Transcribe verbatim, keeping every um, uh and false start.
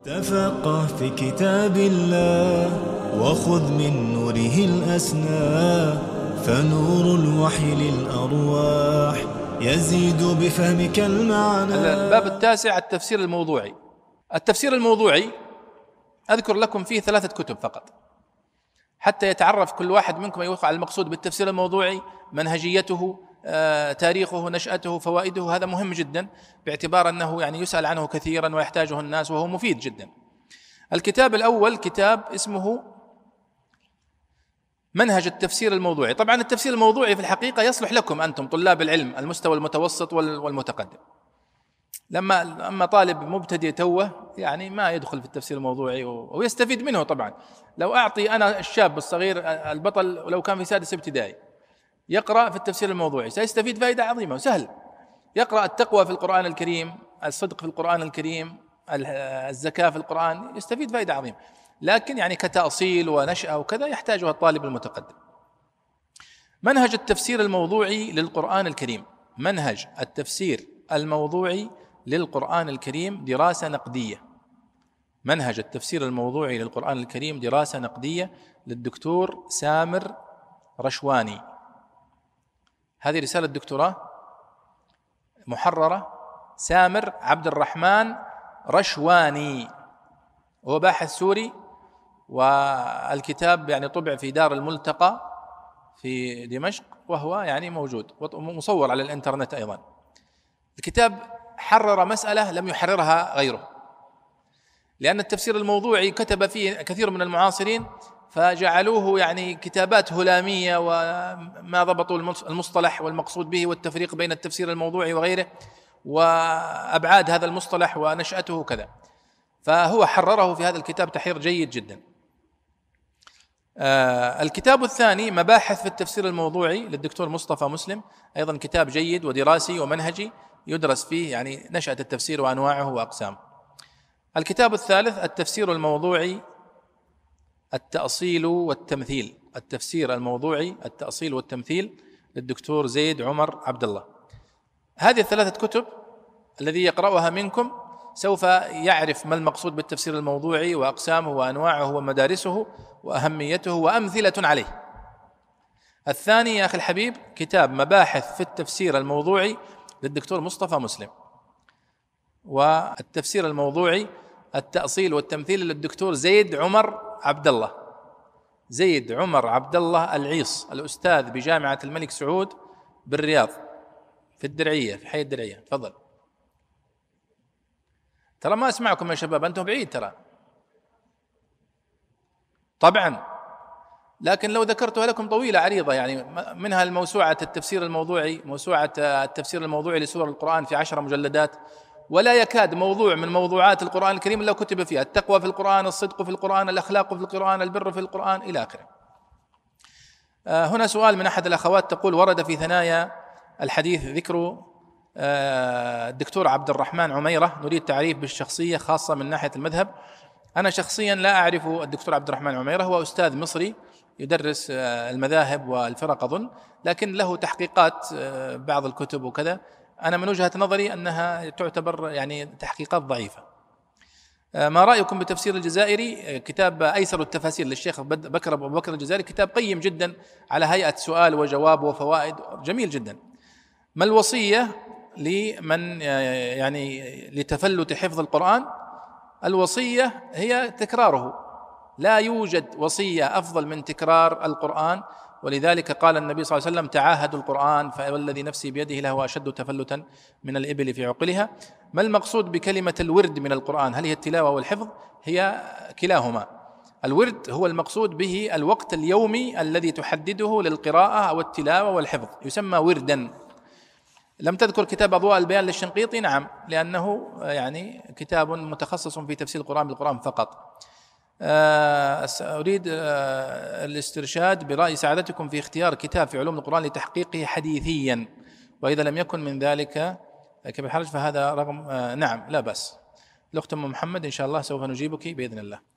تفقه في كتاب الله وخذ من نوره الأسنى، فنور الوحي للأرواح يزيد بفهمك المعنى. الباب التاسع التفسير الموضوعي. التفسير الموضوعي أذكر لكم فيه ثلاثة كتب فقط حتى يتعرف كل واحد منكم يوقع على المقصود بالتفسير الموضوعي، منهجيته، آه، تاريخه، نشأته، فوائده. هذا مهم جدا باعتبار أنه يعني يسأل عنه كثيرا ويحتاجه الناس وهو مفيد جدا. الكتاب الأول كتاب اسمه منهج التفسير الموضوعي. طبعا التفسير الموضوعي في الحقيقة يصلح لكم أنتم طلاب العلم المستوى المتوسط والمتقدم. لما أما طالب مبتدئ توه يعني ما يدخل في التفسير الموضوعي ويستفيد منه. طبعا لو أعطي أنا الشاب الصغير البطل ولو كان في سادس ابتدائي يقرأ في التفسير الموضوعي سيستفيد فائدة عظيمة وسهل. يقرأ التقوى في القرآن الكريم، الصدق في القرآن الكريم، الزكاة في القرآن، يستفيد فائدة عظيمة. لكن يعني كتأصيل ونشأة وكذا يحتاجها الطالب المتقدم. منهج التفسير الموضوعي للقرآن الكريم. منهج التفسير الموضوعي للقرآن الكريم دراسة نقدية. منهج التفسير الموضوعي للقرآن الكريم دراسة نقدية للدكتور سامر رشواني. هذه رسالة دكتوراه محررة. سامر عبد الرحمن رشواني هو باحث سوري، والكتاب يعني طبع في دار الملتقى في دمشق وهو يعني موجود ومصور على الانترنت أيضا. الكتاب حرر مسألة لم يحررها غيره، لأن التفسير الموضوعي كتب فيه كثير من المعاصرين فجعلوه يعني كتابات هلامية وما ضبطوا المصطلح والمقصود به والتفريق بين التفسير الموضوعي وغيره وأبعاد هذا المصطلح ونشأته كذا، فهو حرره في هذا الكتاب تحرير جيد جدا. آه الكتاب الثاني مباحث في التفسير الموضوعي للدكتور مصطفى مسلم، أيضا كتاب جيد ودراسي ومنهجي يدرس فيه يعني نشأة التفسير وأنواعه وأقسامه. الكتاب الثالث التفسير الموضوعي التأصيل والتمثيل. التفسير الموضوعي التأصيل والتمثيل للدكتور زيد عمر عبد الله. هذه الثلاثة كتب الذي يقرأها منكم سوف يعرف ما المقصود بالتفسير الموضوعي وأقسامه وأنواعه ومدارسه وأهميته وأمثلة عليه. الثاني يا أخي الحبيب كتاب مباحث في التفسير الموضوعي للدكتور مصطفى مسلم، والتفسير الموضوعي التأصيل والتمثيل للدكتور زيد عمر عبد الله. زيد عمر عبد الله العيص الأستاذ بجامعة الملك سعود بالرياض في الدرعية في حي الدرعية. تفضل. ترى ما أسمعكم يا شباب، أنتم بعيد ترى. طبعا لكن لو ذكرتها لكم طويلة عريضة، يعني منها الموسوعة التفسير الموضوعي، موسوعة التفسير الموضوعي لسور القرآن في عشر مجلدات، ولا يكاد موضوع من موضوعات القرآن الكريم إلا كتب فيها. التقوى في القرآن، الصدق في القرآن، الأخلاق في القرآن، البر في القرآن إلى آخره. هنا سؤال من أحد الأخوات تقول: ورد في ثنايا الحديث ذكر الدكتور عبد الرحمن عميرة، نريد تعريف بالشخصية خاصة من ناحية المذهب. أنا شخصيا لا أعرف الدكتور عبد الرحمن عميرة، هو أستاذ مصري يدرس المذاهب والفرق أظن، لكن له تحقيقات بعض الكتب وكذا. أنا من وجهة نظري أنها تعتبر يعني تحقيقات ضعيفة. ما رأيكم بتفسير الجزائري؟ كتاب أيسر التفاسير للشيخ بكر أبو بكر الجزائري، كتاب قيم جدا على هيئة سؤال وجواب وفوائد، جميل جدا. ما الوصية لمن يعني لتفلت حفظ القرآن؟ الوصية هي تكراره، لا يوجد وصية أفضل من تكرار القرآن، ولذلك قال النبي صلى الله عليه وسلم: تعاهدوا القرآن فوالذي نفسي بيده لهو أشد تفلتا من الإبل في عقلها. ما المقصود بكلمة الورد من القرآن؟ هل هي التلاوة والحفظ؟ هي كلاهما. الورد هو المقصود به الوقت اليومي الذي تحدده للقراءة أو التلاوة والحفظ، يسمى وردا. لم تذكر كتاب أضواء البيان للشنقيطي؟ نعم، لأنه يعني كتاب متخصص في تفسير القرآن بالقرآن فقط. أريد الاسترشاد برأي سعادتكم في اختيار كتاب في علوم القرآن لتحقيقه حديثيا، وإذا لم يكن من ذلك كيف الحرج فهذا رقم. نعم لا بأس. الأخت أم محمد إن شاء الله سوف نجيبك بإذن الله.